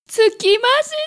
着きました。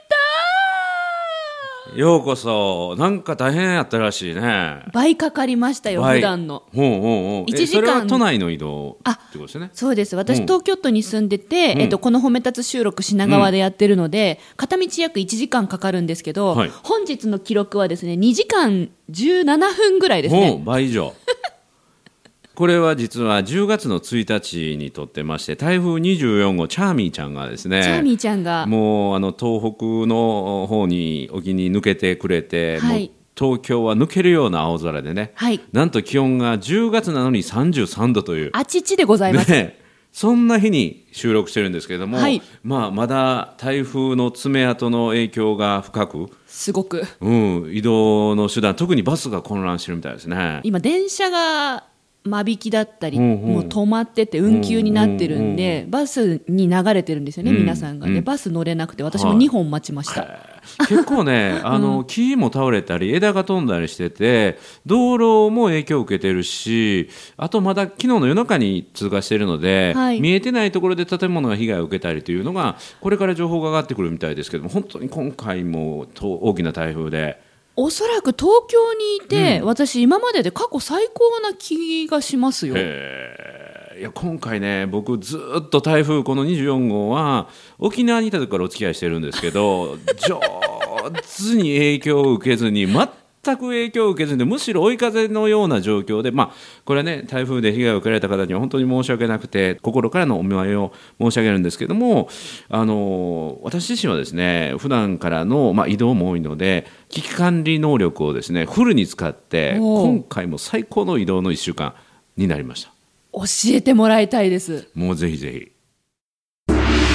ようこそ。なんか大変やったらしいね。 倍かかりましたよ、普段の。 1時間。それは都内の移動ってことですね。 そうです。私、東京都に住んでて、この褒め立つ収録品川でやってるので、片道約1時間かかるんですけど、本日の記録はですね、2時間17分ぐらいですね。 倍以上。これは実は10月の1日にとってまして、台風24号チャーミーちゃんがですね、 チャーミーちゃんがもう東北の方に沖に抜けてくれて、もう東京は抜けるような青空でね、なんと気温が10月なのに33度というあちちでございます、 ね、そんな日に収録してるんですけれども、まだ台風の爪痕の影響が深く、 すごく、 移動の手段、特にバスが混乱してるみたいですね。 今電車が間引きだったり、もう止まってて運休になってるんで、バスに流れてるんですよね、皆さんがね。バス乗れなくて私も2本待ちました、 結構ね木も倒れたり枝が飛んだりしてて、道路も影響を受けてるし、あとまだ昨日の夜中に通過しているので、見えてないところで建物が被害を受けたりというのがこれから情報が上がってくるみたいですけども、本当に今回も大きな台風で、 おそらく東京にいて、私今までで過去最高な気がしますよ。 いや今回ね、僕ずっと台風この24号は沖縄にいた時からお付き合いしてるんですけど上手に影響を受けずに、全く影響を受けずに、むしろ追い風のような状況で、これはね、台風で被害を受けられた方には本当に申し訳なくて、心からのお見舞いを申し上げるんですけども、私自身はですね、普段からの、移動も多いので、危機管理能力をですねフルに使って、今回も最高の移動の1週間になりました。 教えてもらいたいです。 もうぜひぜひ。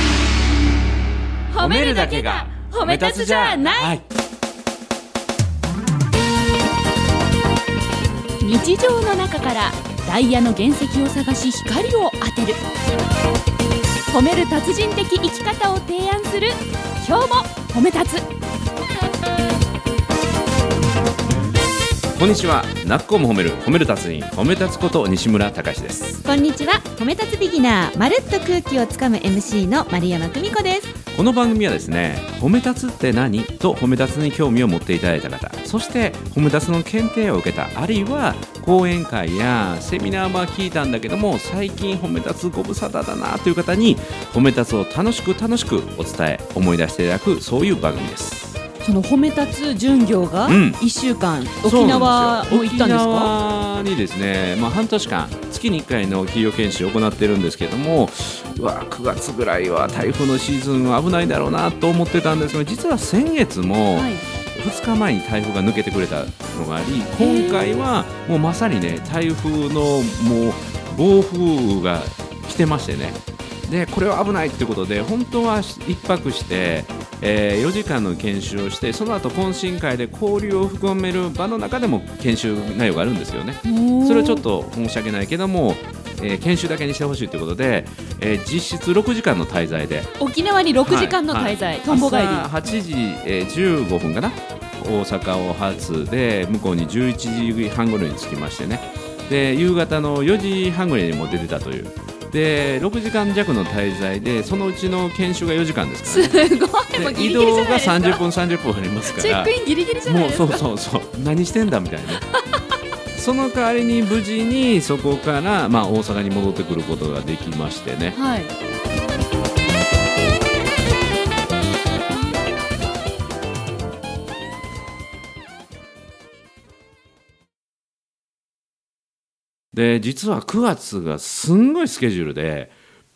褒めるだけが褒め立つじゃない、日常の中からダイヤの原石を探し光を当てる、褒める達人的生き方を提案する、今日も褒め立つ。 こんにちは。なっこも褒める達人、褒め立つこと西村隆史です。 こんにちは。褒め立つビギナー、まるっと空気をつかむ MC の丸山久美子です。 この番組はですね、褒め立つって何と褒め立つに興味を持っていただいた方、そして褒め立つの検定を受けた、あるいは講演会やセミナーは聞いたんだけども、最近褒め立つご無沙汰だなという方に、褒め立つを楽しくお伝え、思い出していただく、そういう番組です。 その褒め立つ巡業が1週間、沖縄も行ったんですか？ 沖縄にですね、半年間月に1回の企業研修を行ってるんですけども、9月ぐらいは台風のシーズンは危ないだろうなと思ってたんですが、実は先月も2日前に台風が抜けてくれたのがあり、今回はもうまさにね、台風のもう暴風雨が来てましてね、でこれは危ないということで、本当は1泊して4時間の研修をして、その後懇親会で交流を含める場の中でも研修内容があるんですよね。それはちょっと申し訳ないけども、研修だけにしてほしいということで、実質6時間の滞在で、 沖縄に6時間の滞在、とんぼ帰り、 朝8時、15分かな、大阪を発で向こうに11時半ごろに着きましてね、で夕方の4時半ぐらいにも出てたという。で6時間弱の滞在で、そのうちの研修が4時間ですから、ね、 すごい、もうギリギリじゃないですか。 移動が30分ありますから、 チェックインギリギリじゃないですか。 もうそう何してんだみたいなその代わりに無事にそこから、大阪に戻ってくることができましてね、で実は9月がすんごいスケジュールで、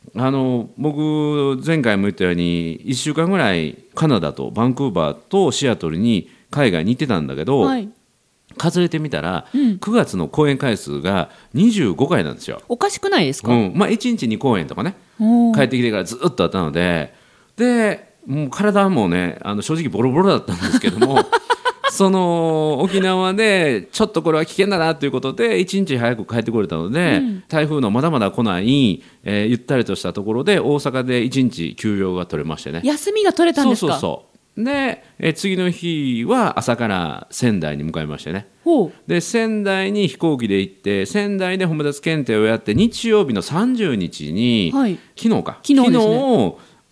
僕前回も言ったように1週間ぐらいカナダとバンクーバーとシアトルに海外に行ってたんだけど、数えてみたら、9月の公演回数が25回なんですよ。 おかしくないですか？ 1日2公演とかね、帰ってきてからずっとあったので、もう体もね、正直ボロボロだったんですけどもその沖縄でちょっとこれは危険だなということで1日早く帰ってこれたので、台風のまだまだ来ない、ゆったりとしたところで大阪で1日休養が取れましてね。 休みが取れたんですか？ そうで、次の日は朝から仙台に向かいましてね。で仙台に飛行機で行って、仙台で褒め立つ検定をやって、日曜日の30日に、昨日ですね、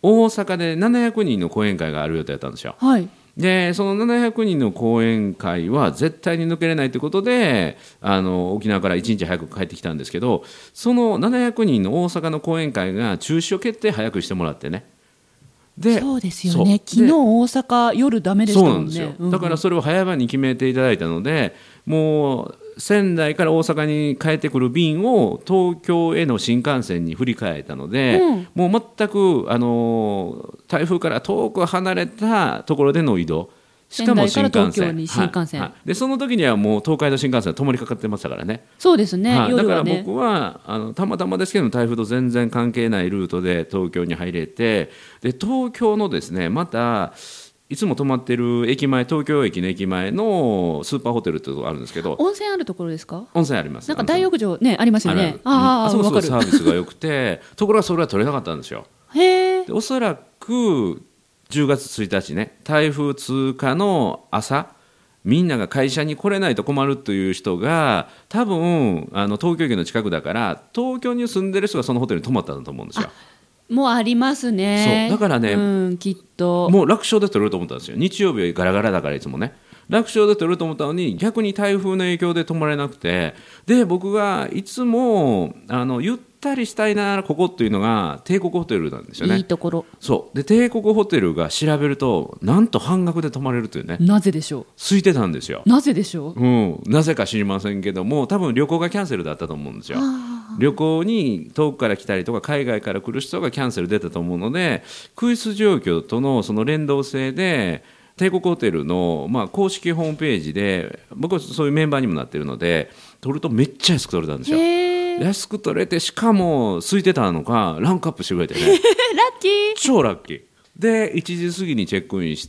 大阪で700人の講演会がある予定だったんですよ。 はいでその700人の講演会は絶対に抜けれないということで沖縄から1日早く帰ってきたんですけど、その700人の大阪の講演会が中止を決定早くしてもらってね。でそうですよね、昨日大阪夜ダメでしたもんね。 そうなんですよ、だからそれを早々に決めていただいたので、もう仙台から大阪に帰ってくる便を東京への新幹線に振り替えたので、もう全く台風から遠く離れたところでの移動、しかも新幹線、 仙台から東京に新幹線、 でその時にはもう東海道新幹線は止まりかかってましたからね。 そうですね、夜はね。 だから僕はたまたまですけど台風と全然関係ないルートで東京に入れて、で東京のですね、またいつも泊まってる駅前、東京駅の駅前のスーパーホテルっていうところあるんですけど、 温泉あるところですか？ 温泉あります。 なんか大浴場ねありますよね。 あそこすごいサービスが良くてところがそれは取れなかったんですよ。 へー。 でおそらく10月1日ね、台風通過の朝、みんなが会社に来れないと困るという人が多分東京駅の近くだから東京に住んでる人がそのホテルに泊まったんだと思うんですよ。 もうありますね。 そうだからね、 きっともう楽勝で取れると思ったんですよ。日曜日はガラガラだからいつもね楽勝で取れると思ったのに、逆に台風の影響で泊まれなくて、で僕がいつもゆったりしたいなここっていうのが帝国ホテルなんですよね。 いいところ。 そうで帝国ホテルが調べるとなんと半額で泊まれるというね。 なぜでしょう。 空いてたんですよ。 なぜでしょう。 なぜか知りませんけども、多分旅行がキャンセルだったと思うんですよ。旅行に遠くから来たりとか海外から来る人がキャンセル出たと思うので、空室状況とのその連動性で帝国ホテルの公式ホームページで、僕はそういうメンバーにもなっているので、取るとめっちゃ安く取れたんですよ。安く取れて、しかも空いてたのかランクアップしてくれてねラッキー、 超ラッキーで1時過ぎにチェックインして、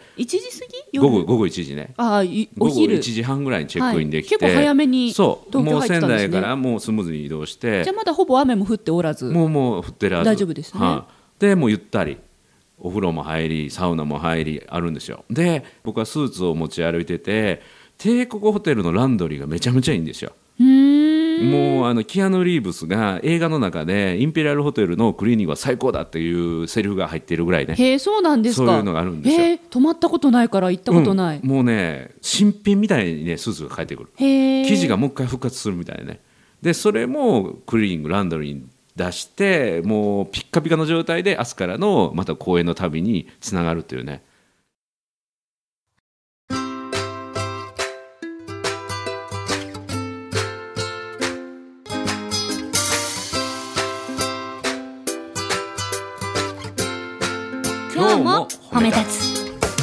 1時過ぎ午後1時ね、 お昼午後1時半ぐらいにチェックインできて、 結構早めにそう東京入ってたんですね。 もう仙台からもうスムーズに移動して、 じゃあまだほぼ雨も降っておらず、 もう降ってらず大丈夫ですね。 でもうゆったりお風呂も入りサウナも入りあるんですよ。で僕はスーツを持ち歩いてて、帝国ホテルのランドリーがめちゃめちゃいいんですよ。もうキアヌ・リーブスが映画の中でインペリアルホテルのクリーニングは最高だっていうセリフが入っているぐらいね。 へー、そうなんですか。 そういうのがあるんですよ。 泊まったことないから行ったことない、 もうね新品みたいにねスーツが返ってくる。生地がもう一回復活するみたいね。でそれもクリーニングランドリーに出して、もうピッカピカの状態で明日からのまた公演の旅につながるというね。 今日も褒め立つ。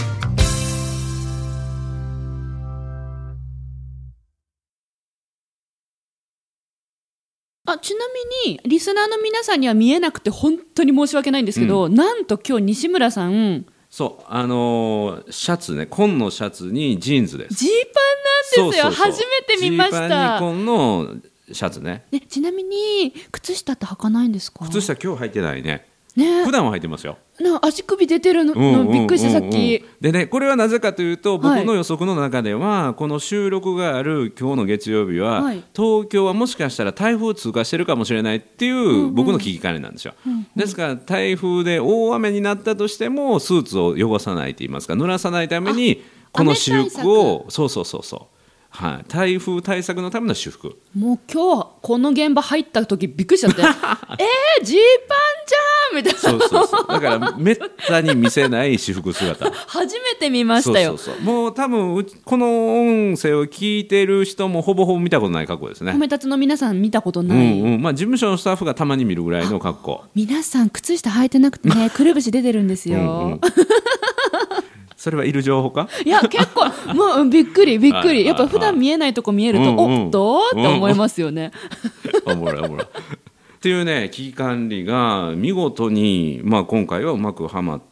ちなみにリスナーの皆さんには見えなくて本当に申し訳ないんですけど、なんと今日西村さん、 そうシャツね、紺のシャツにジーンズです。 ジーパンなんですよ。初めて見ました。 ジーパンに紺のシャツね。 ちなみに靴下って履かないんですか？ 靴下今日履いてないね。 ね、 普段は履いてますよ。 足首出てるの、びっくりしたさっき。 でね、これはなぜかというと、僕の予測の中では、この収録がある今日の月曜日は、東京はもしかしたら台風通過してるかもしれないっていう僕の危機管理なんですよ。ですから台風で大雨になったとしてもスーツを汚さないといいますか、濡らさないためにこの私服を、そう台風対策のための私服。もう今日この現場入った時びっくりしちゃってジーパンじゃんみたいな。 そうだからめったに見せない私服姿初めて見ましたよ。 もう多分この音声を聞いてる人もほぼほぼ見たことない格好ですね。 褒め立つの皆さん見たことない、 事務所のスタッフがたまに見るぐらいの格好。 皆さん靴下履いてなくてねくるぶし出てるんですよ。 それはいる情報か？ いや結構もうびっくりやっぱ普段見えないとこ見えると、おっとって思いますよね。 おもろいっていうね、危機管理が見事に、今回はうまくはまって。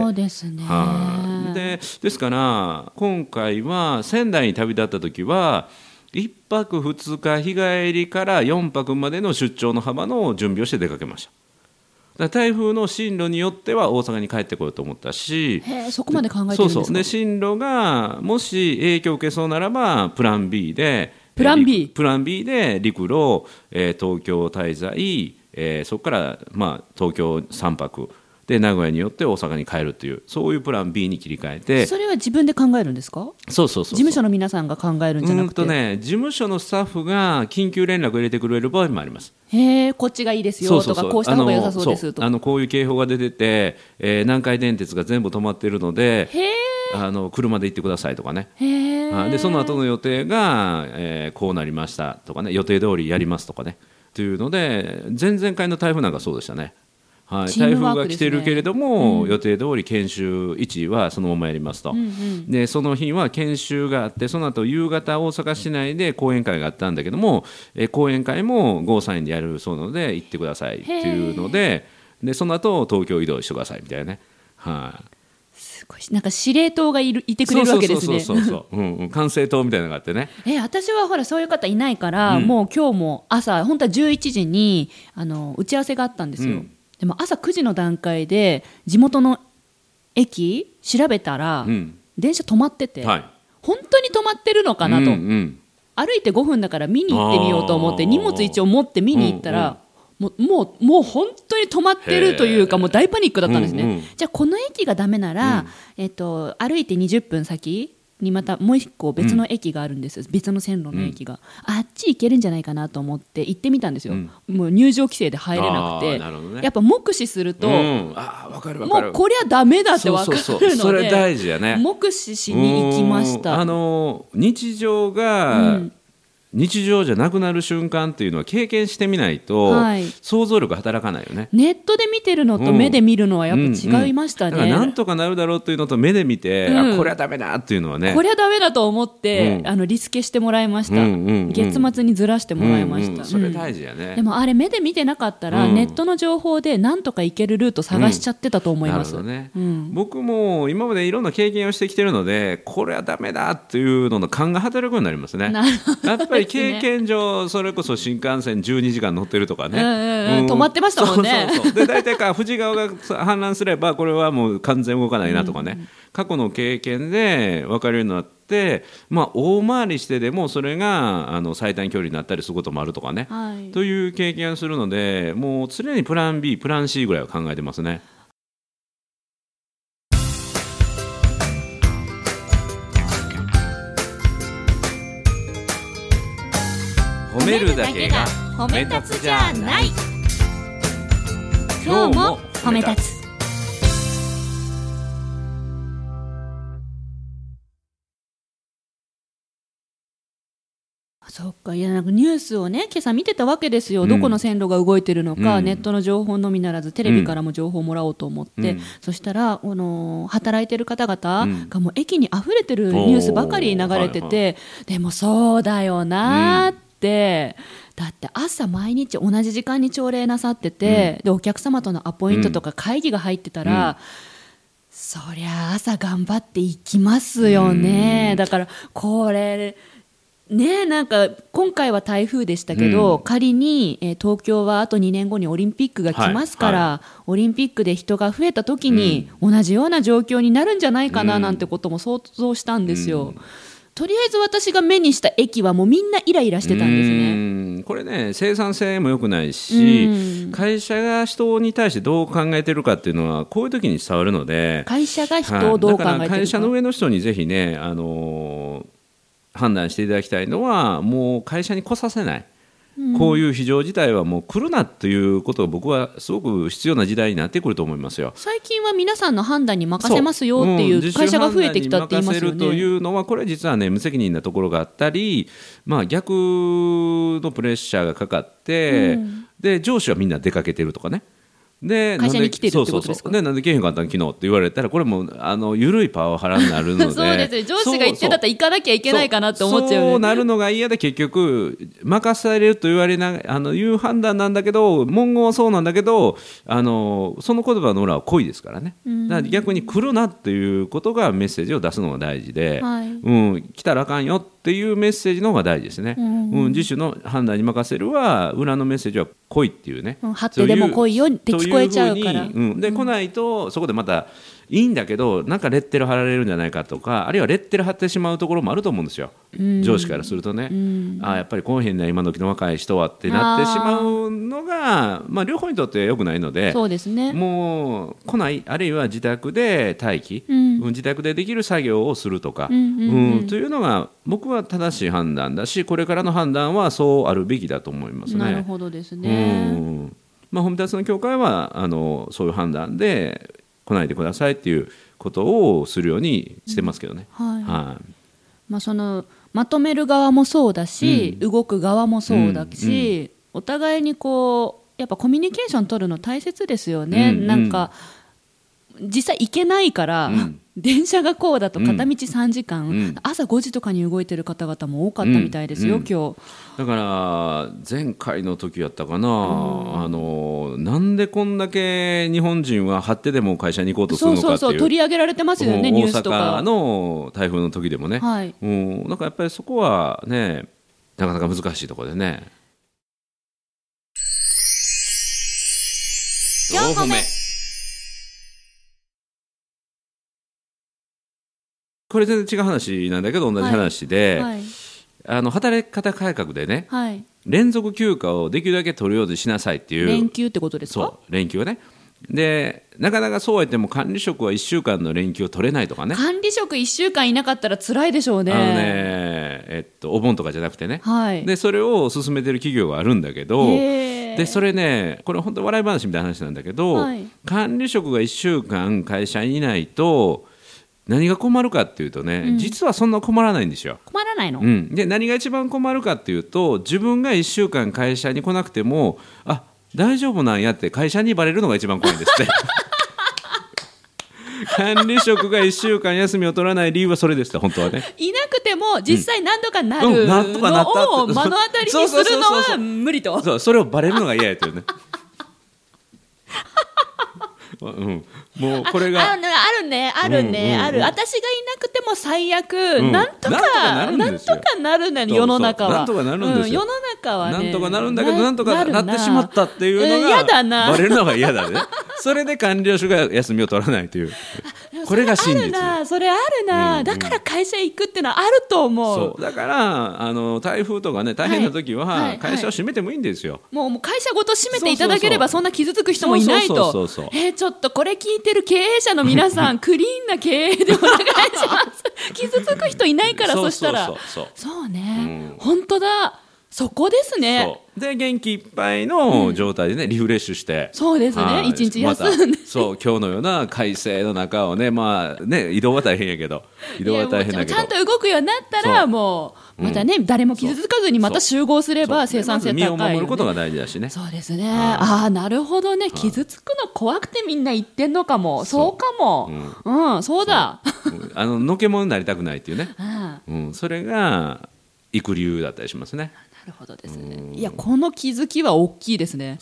そうですね。 ですから今回は仙台に旅立った時は1泊2日日帰りから4泊までの出張の幅の準備をして出かけました。台風の進路によっては大阪に帰ってこようと思ったし、 そこまで考えてるんですか？ で進路がもし影響を受けそうならばプラン B で陸路、東京滞在、そこから東京3泊で名古屋によって大阪に帰るという、そういうプラン B に切り替えて。 それは自分で考えるんですか？ そうそうそう、 事務所の皆さんが考えるんじゃなくて、 事務所のスタッフが緊急連絡を入れてくれる場合もあります。 へえ、こっちがいいですよとか、こうした方が良さそうですとか、 こういう警報が出てて、南海電鉄が全部止まっているので車で行ってくださいとかね。でその後の予定が、こうなりましたとかね、予定通りやりますとかね、というので、前々回の台風なんかそうでしたね。台風が来てるけれども、予定通り研修1はそのままやりますと、でその日は研修があって、その後夕方大阪市内で講演会があったんだけども、講演会もゴーサインでやるそうなので行ってくださいっていうので、その後東京移動してくださいみたいなね。 すごい、なんか司令塔がいてくれるわけですね。 そう管制塔みたいなのがあってね。 私はほらそういう方いないから、もう今日も朝本当は11時に打ち合わせがあったんですよ。でも朝9時の段階で地元の駅調べたら、電車止まってて、本当に止まってるのかなと、歩いて5分だから見に行ってみようと思って荷物一応持って見に行ったら、もう本当に止まってるというか、もう大パニックだったんですね。じゃあこの駅がダメなら、歩いて20分先にまたもう一個別の駅があるんです、別の線路の駅が、あっち行けるんじゃないかなと思って行ってみたんですよ。もう入場規制で入れなくて、やっぱ目視すると、もうこりゃダメだって分かるので、 それ大事やね。 目視しに行きました。 日常が、日常じゃなくなる瞬間っていうのは経験してみないと、想像力働かないよね。 ネットで見てるのと目で見るのはやっぱ違いましたね。 だからなんとかなるだろうというのと目で見て、これはダメだっていうのはね、 これはダメだと思って、リスケしてもらいました。月末にずらしてもらいました。 それ大事やね。 でもあれ目で見てなかったら、ネットの情報でなんとか行けるルート探しちゃってたと思います。 僕も今までいろんな経験をしてきてるので、これはダメだっていうのの勘が働くようになりますね。やっぱり経験上、それこそ新幹線12時間乗ってるとかね、 止まってましたもんね。 で大体富士川が氾濫すればこれはもう完全動かないなとかね、過去の経験で分かるようになって、大回りしてでもそれが最短距離になったりすることもあるとかね、という経験をするので、もう常にプラン B プラン C ぐらいは考えてますね。褒めるだけが褒め立つじゃない。 今日も褒め立つ。 そっか、いや、なんかニュースをね今朝見てたわけですよ。どこの線路が動いてるのか、ネットの情報のみならずテレビからも情報をもらおうと思って、そしたら働いてる方々がもう駅に溢れてるニュースばかり流れてて、でもそうだよなって、だって朝毎日同じ時間に朝礼なさってて、でお客様とのアポイントとか会議が入ってたら、そりゃ朝頑張っていきますよね。だからこれね、なんか今回は台風でしたけど、仮に、東京はあと2年後にオリンピックが来ますから、オリンピックで人が増えた時に同じような状況になるんじゃないかななんてことも想像したんですよ。とりあえず私が目にした駅はもうみんなイライラしてたんですね。 これね、生産性も良くないし、会社が人に対してどう考えてるかっていうのはこういう時に伝わるので、 会社が人をどう考えてるか、 だから会社の上の人にぜひね、判断していただきたいのは、もう会社に来させない、こういう非常事態はもう来るなということが僕はすごく必要な時代になってくると思いますよ。 最近は皆さんの判断に任せますよっていう会社が増えてきたって言いますよね。 自主判断に任せるというのはこれ実はね、無責任なところがあったり、逆のプレッシャーがかかって、で上司はみんな出かけてるとかね、で会社に来てるってことですか。 なんで来へんかったん昨日って言われたら、これも緩いパワハラになるのでそうですよ、上司が言ってだったら行かなきゃいけないかなって思っちゃうよね。 そうなるのが嫌で、結局任されると言われないう判断なんだけど、文言はそうなんだけど、その言葉の裏は恋ですからね。だから逆に来るなっていうことがメッセージを出すのが大事で、来たらあかんよっていうメッセージの方が大事ですね。自主の判断に任せるは、裏のメッセージは来いっていうね、 張ってでも来いよって聞こえちゃうから、 で来ないとそこでまたいいんだけどなんかレッテル貼られるんじゃないかとか、あるいはレッテル貼ってしまうところもあると思うんですよ、上司からするとね、やっぱりこうへんな今時の若い人はってなってしまうのが、両方にとって良くないので、 そうですね、 もう来ない、あるいは自宅で待機、自宅でできる作業をするとか、というのが僕は正しい判断だし、これからの判断はそうあるべきだと思いますね。 なるほどですね。 ホームタスの協会はそういう判断で来ないでくださいっていうことをするようにしてますけどね。 そのまとめる側もそうだし、動く側もそうだし、お互いにこうやっぱコミュニケーション取るの大切ですよね。なんか実際行けないから、電車がこうだと片道3時間、朝5時とかに動いてる方々も多かったみたいですよ、今日。 だから前回の時やったかな、なんでこんだけ日本人は張ってでも会社に行こうとするのかっていう、 取り上げられてますよね、ニュースとか。 大阪の台風の時でもね、なんかやっぱりそこはね、なかなか難しいところでね。4歩目。これ全然違う話なんだけど同じ話で、働き方改革でね、連続休暇をできるだけ取るようにしなさいっていう。 連休ってことですか？ そう、連休ね。でなかなかそうやっても管理職は1週間の連休を取れないとかね。 管理職1週間いなかったら辛いでしょうね。 お盆とかじゃなくてね、でそれを進めてる企業があるんだけど、でそれね、これ本当笑い話みたいな話なんだけど、管理職が1週間会社にいないと何が困るかっていうとね、実はそんな困らないんですよ。 困らないの？ で何が一番困るかっていうと、自分が1週間会社に来なくても大丈夫なんやって会社にバレるのが一番怖いんですって管理職が1週間休みを取らない理由はそれですって、本当はね。 いなくても実際何とかなるのを目の当たりにするのは無理と。 それをバレるのが嫌やというねもうこれがあるね、私がいなくても最悪、なんとかなるね、世の中は。 なんとかなるんですよ、 世の中はね、 なんとかなるんだけど、なんとかなってしまったっていうのがバレるのが嫌だねそれで管理職が休みを取らないという、これが真実。 それあるな、だから会社行くってのはあると思う。 そうだから台風とかね、大変な時は会社を閉めてもいいんですよ。 もう会社ごと閉めていただければ、そんな傷つく人もいないと。ちょっとこれ聞いてる経営者の皆さんクリーンな経営でお願いします傷つく人いないから。そしたらそうね、本当だ、そこですね。 で元気いっぱいの状態でね、リフレッシュして、 そうですね、一日休んで、 そう今日のような快晴の中をね、移動は大変やけど、移動は大変だけど、 ちゃんと動くようになったら、もうまたね、誰も傷つかずにまた集合すれば生産性高いよね。 身を守ることが大事だしね。 そうですね。なるほどね、傷つくの怖くてみんな言ってんのかも。そうかも。そうだ。 のけ者になりたくないっていうね。それが行く理由だったりしますね。 なるほどですね。いや、この気づきは大きいですね。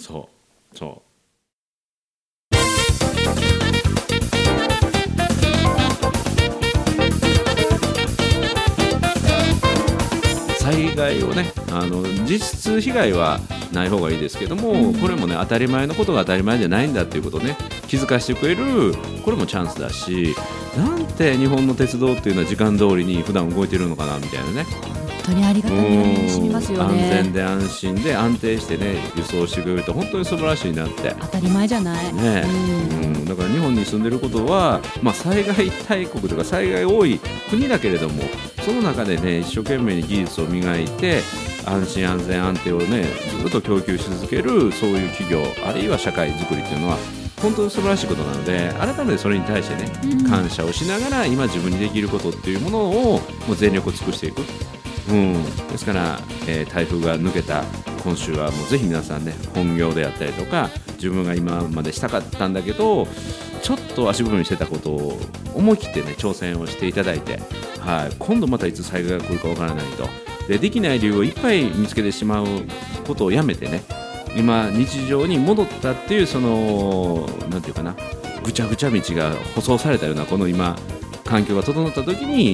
災害をね、実質被害はない方がいいですけども、これもね、当たり前のことが当たり前じゃないんだっていうことをね、気づかせてくれる、これもチャンスだし、なんて日本の鉄道っていうのは時間通りに普段動いてるのかなみたいなね。 本当にありがたみにしみますよね。 安全で安心で安定してね、輸送してくれると本当に素晴らしいなって。 当たり前じゃないね。だから日本に住んでることは、災害大国とか災害多い国だけれども、その中でね、一生懸命に技術を磨いて安心安全安定をね、ずっと供給し続ける、そういう企業あるいは社会づくりっていうのは本当に素晴らしいことなので、改めてそれに対してね、感謝をしながら今自分にできることっていうものをもう全力を尽くしていく。ですから、台風が抜けた今週はもうぜひ皆さんね、本業であったりとか、自分が今までしたかったんだけどちょっと足踏みしてたことを思い切ってね、挑戦をしていただいて、今度またいつ災害が来るかわからないと。できない理由をいっぱい見つけてしまうことをやめてね、今日常に戻ったっていう、そのなんていうかな、ぐちゃぐちゃ道が舗装されたようなこの今環境が整った時に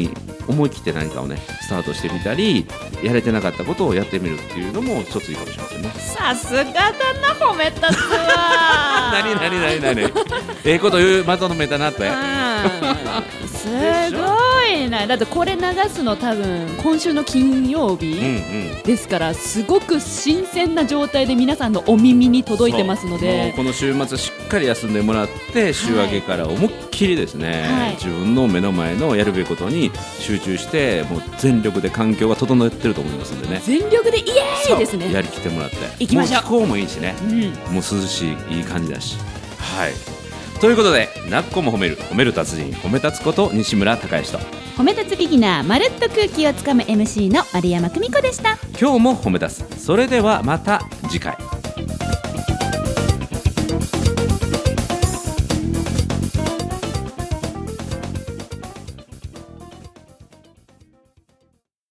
思い切って何かをねスタートしてみたり、やれてなかったことをやってみるっていうのも一ついいかもしれませんね。 さすがだな、褒めたつわ何こと言うまとめたなって。 すごいな。だってこれ流すの多分今週の金曜日ですから、すごく新鮮な状態で皆さんのお耳に届いてますので、 もうこの週末しっかり休んでもらって、週明けから思いっきりですね、 はい、 自分の目の前のやるべきことに集中して、もう全力で環境が整ってると思いますんでね、 全力でイエーイですね。 やりきってもらって行きましょう。 もう気候もいいしね、もう涼しいいい感じだし、はい。ということで、なっこも褒める達人、褒め立つこと西村孝之と褒め立つビギナー、まるっと空気をつかむ MC の丸山久美子でした。 今日も褒め立つ。それではまた次回。